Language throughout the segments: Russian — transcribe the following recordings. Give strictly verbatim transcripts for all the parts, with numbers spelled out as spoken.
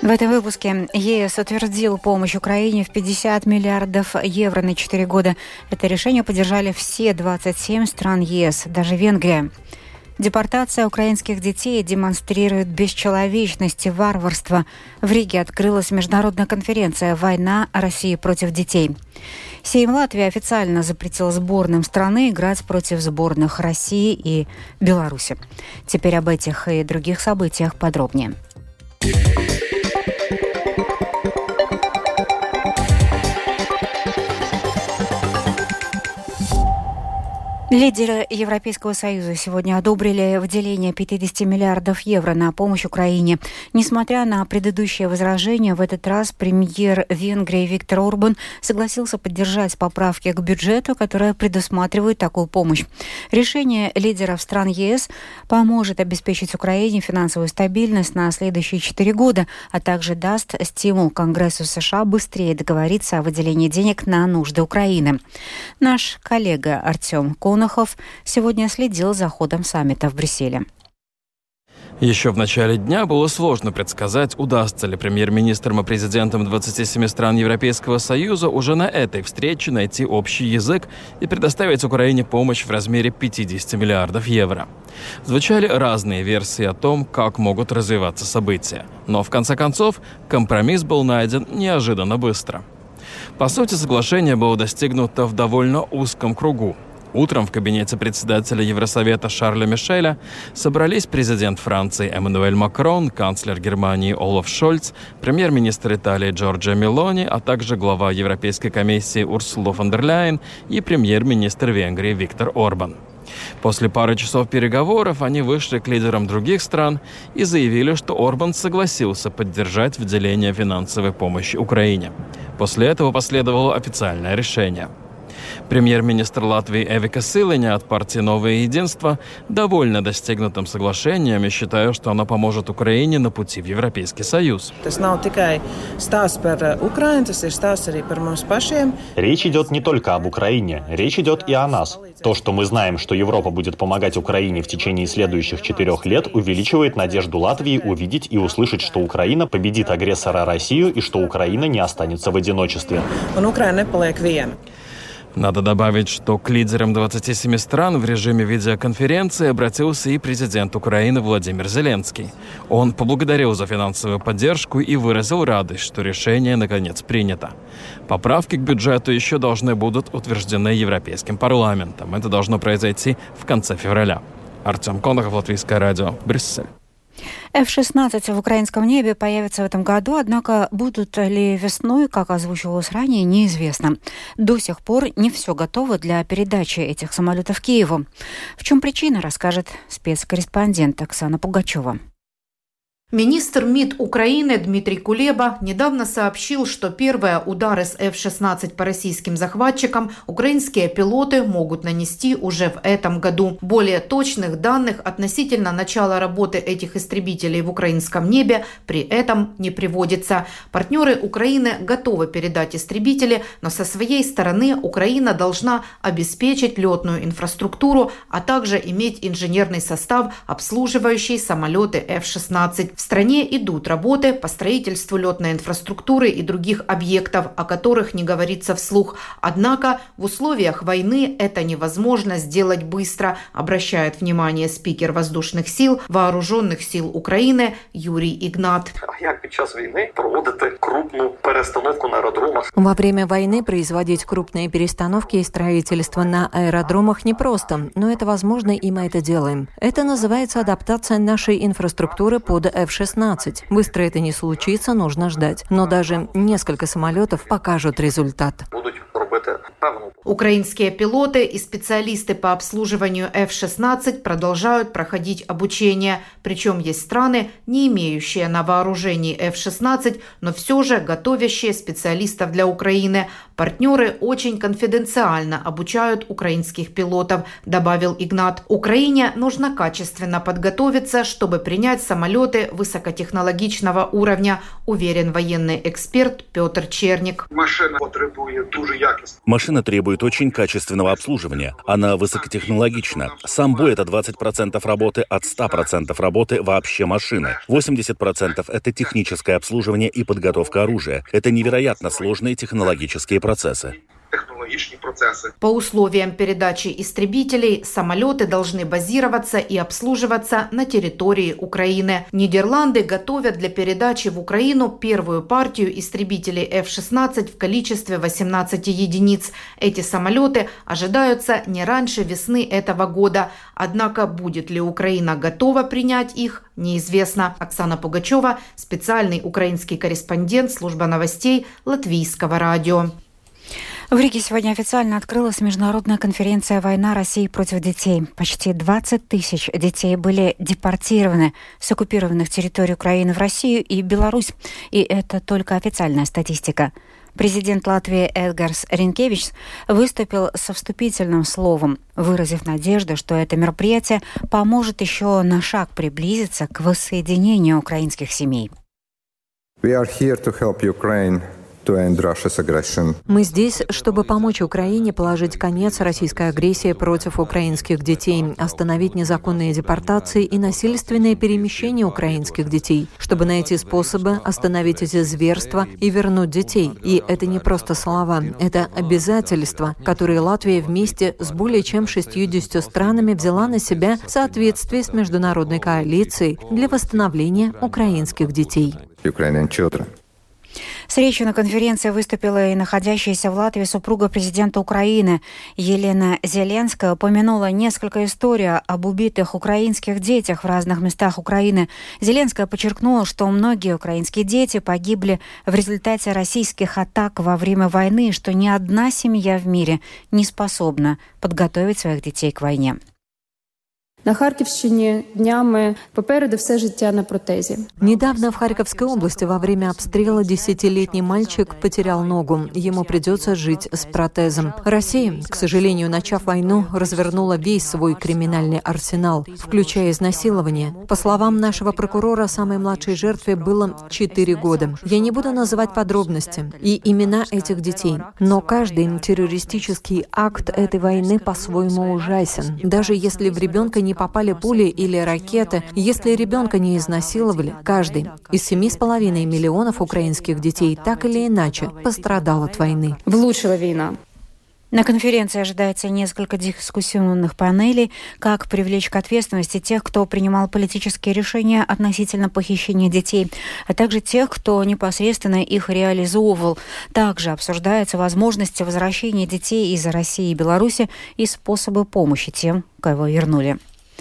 В этом выпуске ЕС утвердил помощь Украине в пятьдесят миллиардов евро на четыре года. Это решение поддержали все двадцать семь стран ЕС, даже Венгрия. Депортация украинских детей демонстрирует бесчеловечность и варварство. В Риге открылась международная конференция «Война России против детей». Сейм Латвии официально запретил сборным страны играть против сборных России и Беларуси. Теперь об этих и других событиях подробнее. Лидеры Европейского Союза сегодня одобрили выделение пятьдесят миллиардов евро на помощь Украине. Несмотря на предыдущие возражения, в этот раз премьер Венгрии Виктор Орбан согласился поддержать поправки к бюджету, которые предусматривают такую помощь. Решение лидеров стран ЕС поможет обеспечить Украине финансовую стабильность на следующие четыре года, а также даст стимул Конгрессу США быстрее договориться о выделении денег на нужды Украины. Наш коллега Артем Конохов сегодня следил за ходом саммита в Брюсселе. Еще в начале дня было сложно предсказать, удастся ли премьер-министрам и президентам двадцати семи стран Европейского Союза уже на этой встрече найти общий язык и предоставить Украине помощь в размере пятьдесят миллиардов евро. Звучали разные версии о том, как могут развиваться события. Но в конце концов компромисс был найден неожиданно быстро. По сути, соглашение было достигнуто в довольно узком кругу. Утром в кабинете председателя Евросовета Шарля Мишеля собрались президент Франции Эммануэль Макрон, канцлер Германии Олаф Шольц, премьер-министр Италии Джорджа Мелони, а также глава Европейской комиссии Урсула фон дер Ляйен и премьер-министр Венгрии Виктор Орбан. После пары часов переговоров они вышли к лидерам других стран и заявили, что Орбан согласился поддержать выделение финансовой помощи Украине. После этого последовало официальное решение. Премьер-министр Латвии Эвика Силиня от партии «Новое единство» довольна достигнутым соглашением и считает, что оно поможет Украине на пути в Европейский Союз. Речь идет не только об Украине, речь идет и о нас. То, что мы знаем, что Европа будет помогать Украине в течение следующих четырех лет, увеличивает надежду Латвии увидеть и услышать, что Украина победит агрессора Россию и что Украина не останется в одиночестве. Надо добавить, что к лидерам двадцати семи стран в режиме видеоконференции обратился и президент Украины Владимир Зеленский. Он поблагодарил за финансовую поддержку и выразил радость, что решение наконец принято. Поправки к бюджету еще должны будут утверждены Европейским парламентом. Это должно произойти в конце февраля. Артем Конохов, Латвийское радио, Брюссель. эф шестнадцать в украинском небе появится в этом году, однако будут ли весной, как озвучивалось ранее, неизвестно. До сих пор не все готово для передачи этих самолетов Киеву. В чем причина, расскажет спецкорреспондент Оксана Пугачева. Министр МИД Украины Дмитрий Кулеба недавно сообщил, что первые удары с эф шестнадцать по российским захватчикам украинские пилоты могут нанести уже в этом году. Более точных данных относительно начала работы этих истребителей в украинском небе при этом не приводится. Партнеры Украины готовы передать истребители, но со своей стороны Украина должна обеспечить летную инфраструктуру, а также иметь инженерный состав, обслуживающий самолеты эф шестнадцать. В стране идут работы по строительству летной инфраструктуры и других объектов, о которых не говорится вслух. Однако в условиях войны это невозможно сделать быстро, обращает внимание спикер воздушных сил Вооруженных сил Украины Юрий Игнат. Во время войны производить крупные перестановки и строительство на аэродромах непросто, но это возможно, и мы это делаем. Это называется адаптация нашей инфраструктуры под эф шестнадцать. Быстро это не случится, нужно ждать. Но даже несколько самолетов покажут результат. Украинские пилоты и специалисты по обслуживанию эф шестнадцать продолжают проходить обучение. Причем есть страны, не имеющие на вооружении эф шестнадцать, но все же готовящие специалистов для Украины. Партнеры очень конфиденциально обучают украинских пилотов, добавил Игнат. Украине нужно качественно подготовиться, чтобы принять самолеты высокотехнологичного уровня, уверен военный эксперт Петр Черник. Машина потребует дуже якісно. Машина машина требует очень качественного обслуживания. Она высокотехнологична. Сам бой — это двадцать процентов работы от ста процентов работы вообще машины. восемьдесят процентов — это техническое обслуживание и подготовка оружия. Это невероятно сложные технологические процессы. По условиям передачи истребителей, самолеты должны базироваться и обслуживаться на территории Украины. Нидерланды готовят для передачи в Украину первую партию истребителей эф шестнадцать в количестве восемнадцати единиц. Эти самолеты ожидаются не раньше весны этого года. Однако будет ли Украина готова принять их, неизвестно. Оксана Пугачева, специальный украинский корреспондент, служба новостей Латвийского радио. В Риге сегодня официально открылась международная конференция «Война России против детей». Почти двадцать тысяч детей были депортированы с оккупированных территорий Украины в Россию и Беларусь. И это только официальная статистика. Президент Латвии Эдгарс Ринкевичс выступил со вступительным словом, выразив надежду, что это мероприятие поможет еще на шаг приблизиться к воссоединению украинских семей. We are here to help Ukraine. Мы здесь, чтобы помочь Украине положить конец российской агрессии против украинских детей, остановить незаконные депортации и насильственные перемещения украинских детей, чтобы найти способы остановить эти зверства и вернуть детей. И это не просто слова, это обязательства, которые Латвия вместе с более чем шестьюдесятью странами взяла на себя в соответствии с международной коалицией для восстановления украинских детей. С речью на конференции выступила и находящаяся в Латвии супруга президента Украины Елена Зеленская. Упомянула несколько историй об убитых украинских детях в разных местах Украины. Зеленская подчеркнула, что многие украинские дети погибли в результате российских атак во время войны, что ни одна семья в мире не способна подготовить своих детей к войне. На Харківщині днями попереду все життя на протезі. Недавно в Харьковской области во время обстрела десятилетний мальчик потерял ногу. Ему придется жить с протезом. Россия, к сожалению, начав войну, развернула весь свой криминальный арсенал, включая изнасилование. По словам нашего прокурора, самой младшей жертве было четыре года. Я не буду называть подробности и имена этих детей, но каждый террористический акт этой войны по-своему ужасен. Даже если в ребенка не попали пули или ракеты, если ребенка не изнасиловали, каждый из семи с половиной миллионов украинских детей так или иначе пострадал от войны. Влучила война. На конференции ожидается несколько дискуссионных панелей, как привлечь к ответственности тех, кто принимал политические решения относительно похищения детей, а также тех, кто непосредственно их реализовывал. Также обсуждаются возможности возвращения детей из России и Беларуси и способы помощи тем, кого вернули.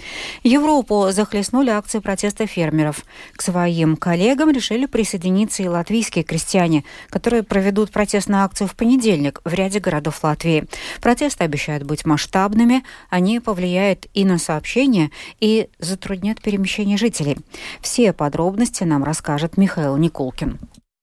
Европу захлестнули акции протеста фермеров. К своим коллегам решили присоединиться и латвийские крестьяне, которые проведут протестную акцию в понедельник в ряде городов Латвии. Протесты обещают быть масштабными, они повлияют и на сообщения, и затруднят перемещение жителей. Все подробности нам расскажет Михаил Никулкин.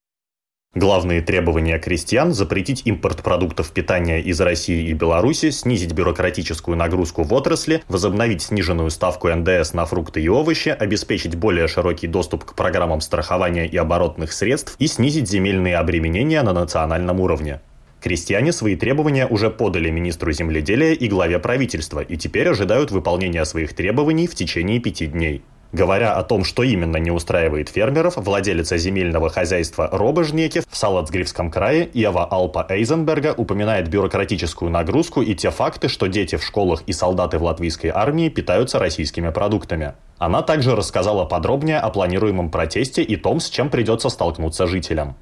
Главные требования крестьян – запретить импорт продуктов питания из России и Беларуси, снизить бюрократическую нагрузку в отрасли, возобновить сниженную ставку эн дэ эс на фрукты и овощи, обеспечить более широкий доступ к программам страхования и оборотных средств и снизить земельные обременения на национальном уровне. Крестьяне свои требования уже подали министру земледелия и главе правительства и теперь ожидают выполнения своих требований в течение пяти дней. Говоря о том, что именно не устраивает фермеров, владелица земельного хозяйства Робожнеки в Салацгрифском крае Ева Алпа Эйзенберга упоминает бюрократическую нагрузку и те факты, что дети в школах и солдаты в латвийской армии питаются российскими продуктами. Она также рассказала подробнее о планируемом протесте и том, с чем придется столкнуться жителям.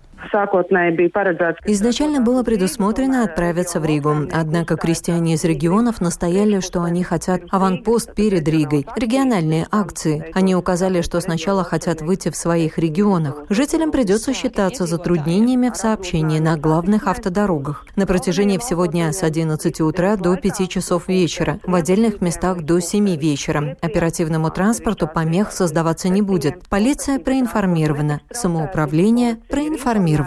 Изначально было предусмотрено отправиться в Ригу, однако крестьяне из регионов настояли, что они хотят аванпост перед Ригой, региональные акции. Они указали, что сначала хотят выйти в своих регионах. Жителям придется считаться затруднениями в сообщении на главных автодорогах. На протяжении всего дня с одиннадцати утра до пяти часов вечера, в отдельных местах до семи вечера. Оперативному транспорту помех создаваться не будет. Полиция проинформирована, самоуправление проинформировано.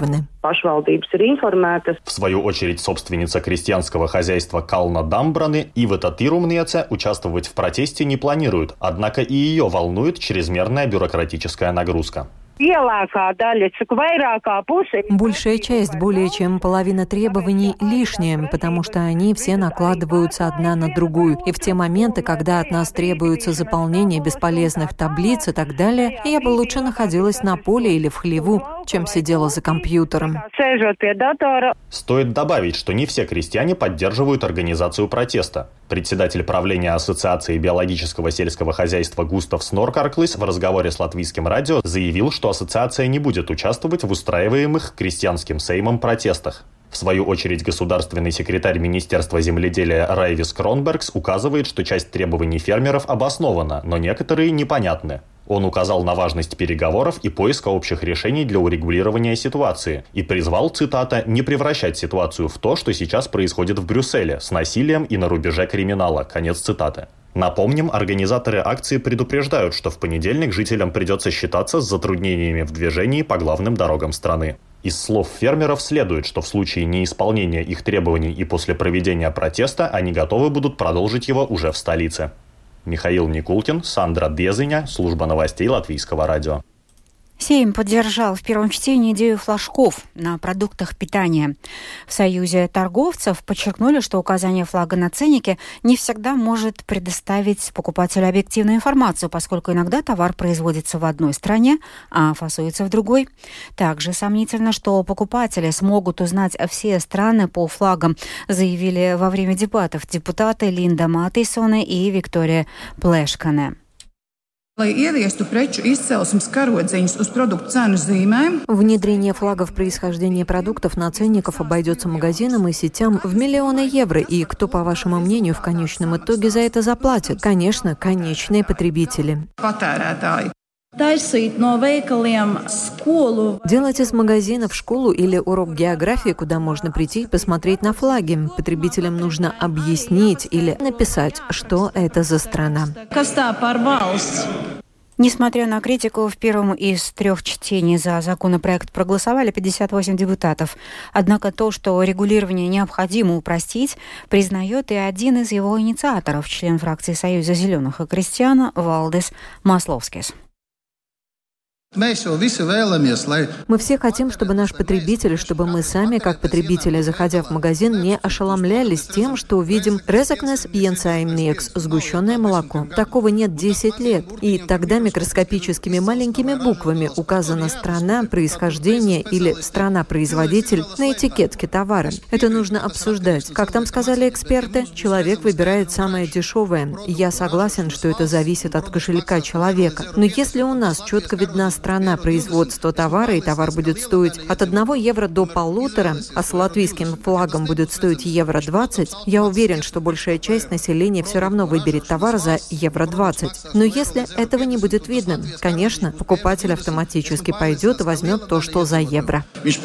В свою очередь, собственница крестьянского хозяйства Кална Дамбраны Ива Татирумнеце участвовать в протесте не планирует, однако и ее волнует чрезмерная бюрократическая нагрузка. Большая часть, более чем половина требований лишняя, потому что они все накладываются одна на другую. И в те моменты, когда от нас требуется заполнение бесполезных таблиц и так далее, я бы лучше находилась на поле или в хлеву, чем сидела за компьютером. Стоит добавить, что не все крестьяне поддерживают организацию протеста. Председатель правления Ассоциации биологического сельского хозяйства Густав Сноркарклис в разговоре с латвийским радио заявил, что ассоциация не будет участвовать в устраиваемых крестьянским сеймом протестах. В свою очередь, государственный секретарь Министерства земледелия Райвис Кронбергс указывает, что часть требований фермеров обоснована, но некоторые непонятны. Он указал на важность переговоров и поиска общих решений для урегулирования ситуации и призвал, цитата, «не превращать ситуацию в то, что сейчас происходит в Брюсселе, с насилием и на рубеже криминала». Конец цитаты. Напомним, организаторы акции предупреждают, что в понедельник жителям придется считаться с затруднениями в движении по главным дорогам страны. Из слов фермеров следует, что в случае неисполнения их требований и после проведения протеста они готовы будут продолжить его уже в столице. Михаил Никулкин, Сандра Дезыня, служба новостей Латвийского радио. Сейм поддержал в первом чтении идею флажков на продуктах питания. В Союзе торговцев подчеркнули, что указание флага на ценнике не всегда может предоставить покупателю объективную информацию, поскольку иногда товар производится в одной стране, а фасуется в другой. Также сомнительно, что покупатели смогут узнать все страны по флагам, заявили во время дебатов депутаты Линда Матейсоне и Виктория Плешкане. Внедрение флагов происхождения продуктов на ценниках обойдется магазинам и сетям в миллионы евро. И кто, по вашему мнению, в конечном итоге за это заплатит? Конечно, конечные потребители. Делать из магазинов школу или урок географии, куда можно прийти и посмотреть на флаги. Потребителям нужно объяснить или написать, что это за страна. Несмотря на критику, в первом из трех чтений за законопроект проголосовали пятьдесят восемь депутатов. Однако то, что регулирование необходимо упростить, признает и один из его инициаторов, член фракции Союза зеленых и крестьян Валдис Масловскис. Мы все хотим, чтобы наш потребитель, чтобы мы сами, как потребители, заходя в магазин, не ошеломлялись тем, что увидим «резекнес пьенсаймниекс» – сгущенное молоко. Такого нет десять лет. И тогда микроскопическими маленькими буквами указана страна происхождения или страна-производитель на этикетке товара. Это нужно обсуждать. Как там сказали эксперты, человек выбирает самое дешевое. Я согласен, что это зависит от кошелька человека. Но если у нас четко видна страна производства товара, и товар будет стоить от одного евро до полутора, а с латвийским флагом будет стоить евро двадцать, я уверен, что большая часть населения все равно выберет товар за евро двадцать. Но если этого не будет видно, конечно, покупатель автоматически пойдет и возьмет то, что за евро.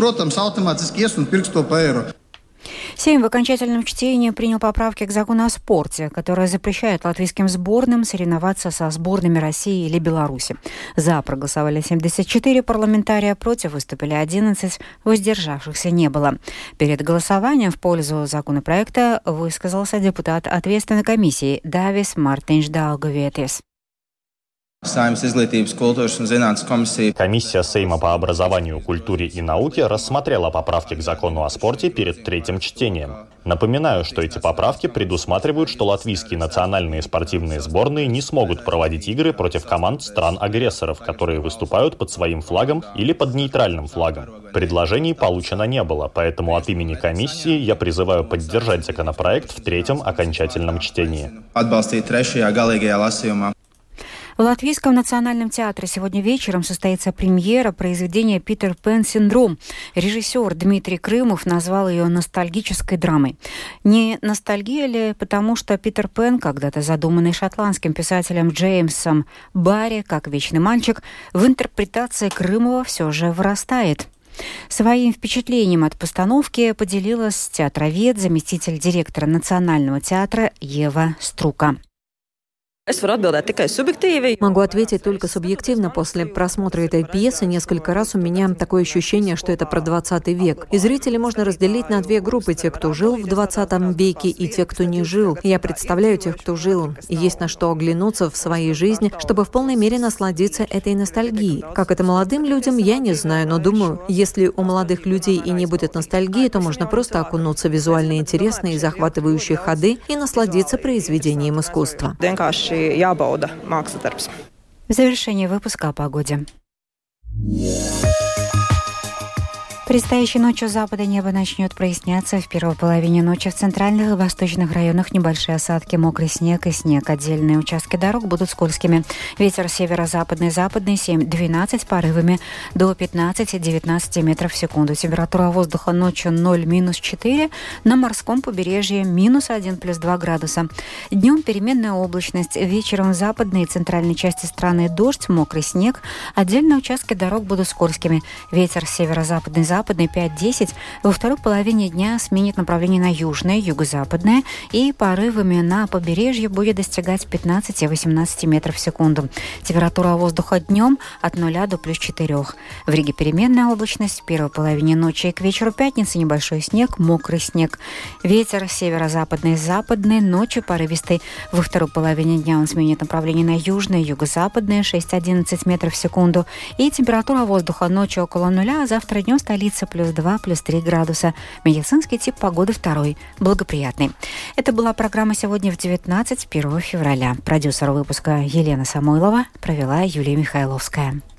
Сейм в окончательном чтении принял поправки к закону о спорте, которые запрещают латвийским сборным соревноваться со сборными России или Беларуси. За проголосовали семьдесят четыре парламентария, против выступили одиннадцать, воздержавшихся не было. Перед голосованием в пользу законопроекта высказался депутат ответственной комиссии Давис Мартинш Даугавиетис. Комиссия Сейма по образованию, культуре и науке рассмотрела поправки к закону о спорте перед третьим чтением. Напоминаю, что эти поправки предусматривают, что латвийские национальные спортивные сборные не смогут проводить игры против команд стран-агрессоров, которые выступают под своим флагом или под нейтральным флагом. Предложений получено не было, поэтому от имени комиссии я призываю поддержать законопроект в третьем окончательном чтении. В Латвийском национальном театре сегодня вечером состоится премьера произведения «Питер Пен. Синдром». Режиссер Дмитрий Крымов назвал ее ностальгической драмой. Не ностальгия ли, потому что Питер Пен, когда-то задуманный шотландским писателем Джеймсом Барри как вечный мальчик, в интерпретации Крымова все же вырастает. Своим впечатлением от постановки поделилась театровед, заместитель директора Национального театра Ева Струка. Могу ответить только субъективно. После просмотра этой пьесы несколько раз у меня такое ощущение, что это про двадцатый век. И зрителей можно разделить на две группы: те, кто жил в двадцатом веке, и те, кто не жил. Я представляю тех, кто жил. И есть на что оглянуться в своей жизни, чтобы в полной мере насладиться этой ностальгией. Как это молодым людям, я не знаю, но думаю, если у молодых людей и не будет ностальгии, то можно просто окунуться в визуально интересные и захватывающие ходы и насладиться произведением искусства. В завершение выпуска о погоде. Предстоящей ночью с запада небо начнет проясняться. В первой половине ночи в центральных и восточных районах небольшие осадки, мокрый снег и снег. Отдельные участки дорог будут скользкими. Ветер северо-западный, западный семь-двенадцать, порывами до пятнадцать-девятнадцать метров в секунду. Температура воздуха ночью ноль минус четыре, на морском побережье минус один плюс два градуса. Днем переменная облачность. Вечером в западной и центральной части страны дождь, мокрый снег. Отдельные участки дорог будут скользкими. Ветер северо-западный, западный пять-десять, во второй половине дня сменит направление на южное, юго-западное, и порывами на побережье будет достигать пятнадцать-восемнадцать метров в секунду. Температура воздуха днем от нуля до плюс четырех. В Риге переменная облачность. В первой половине ночи и к вечеру пятницы небольшой снег, мокрый снег. Ветер северо-западный, западный, ночью порывистый. Во второй половине дня он сменит направление на южное, юго-западное, шесть-одиннадцать метров в секунду. И температура воздуха ночью около нуля, а завтра днем столица плюс два, плюс три градуса. Медицинский тип погоды второй, благоприятный. Это была программа «Сегодня в девятнадцать», первого февраля. Продюсер выпуска Елена Самойлова, провела Юлия Михайловская.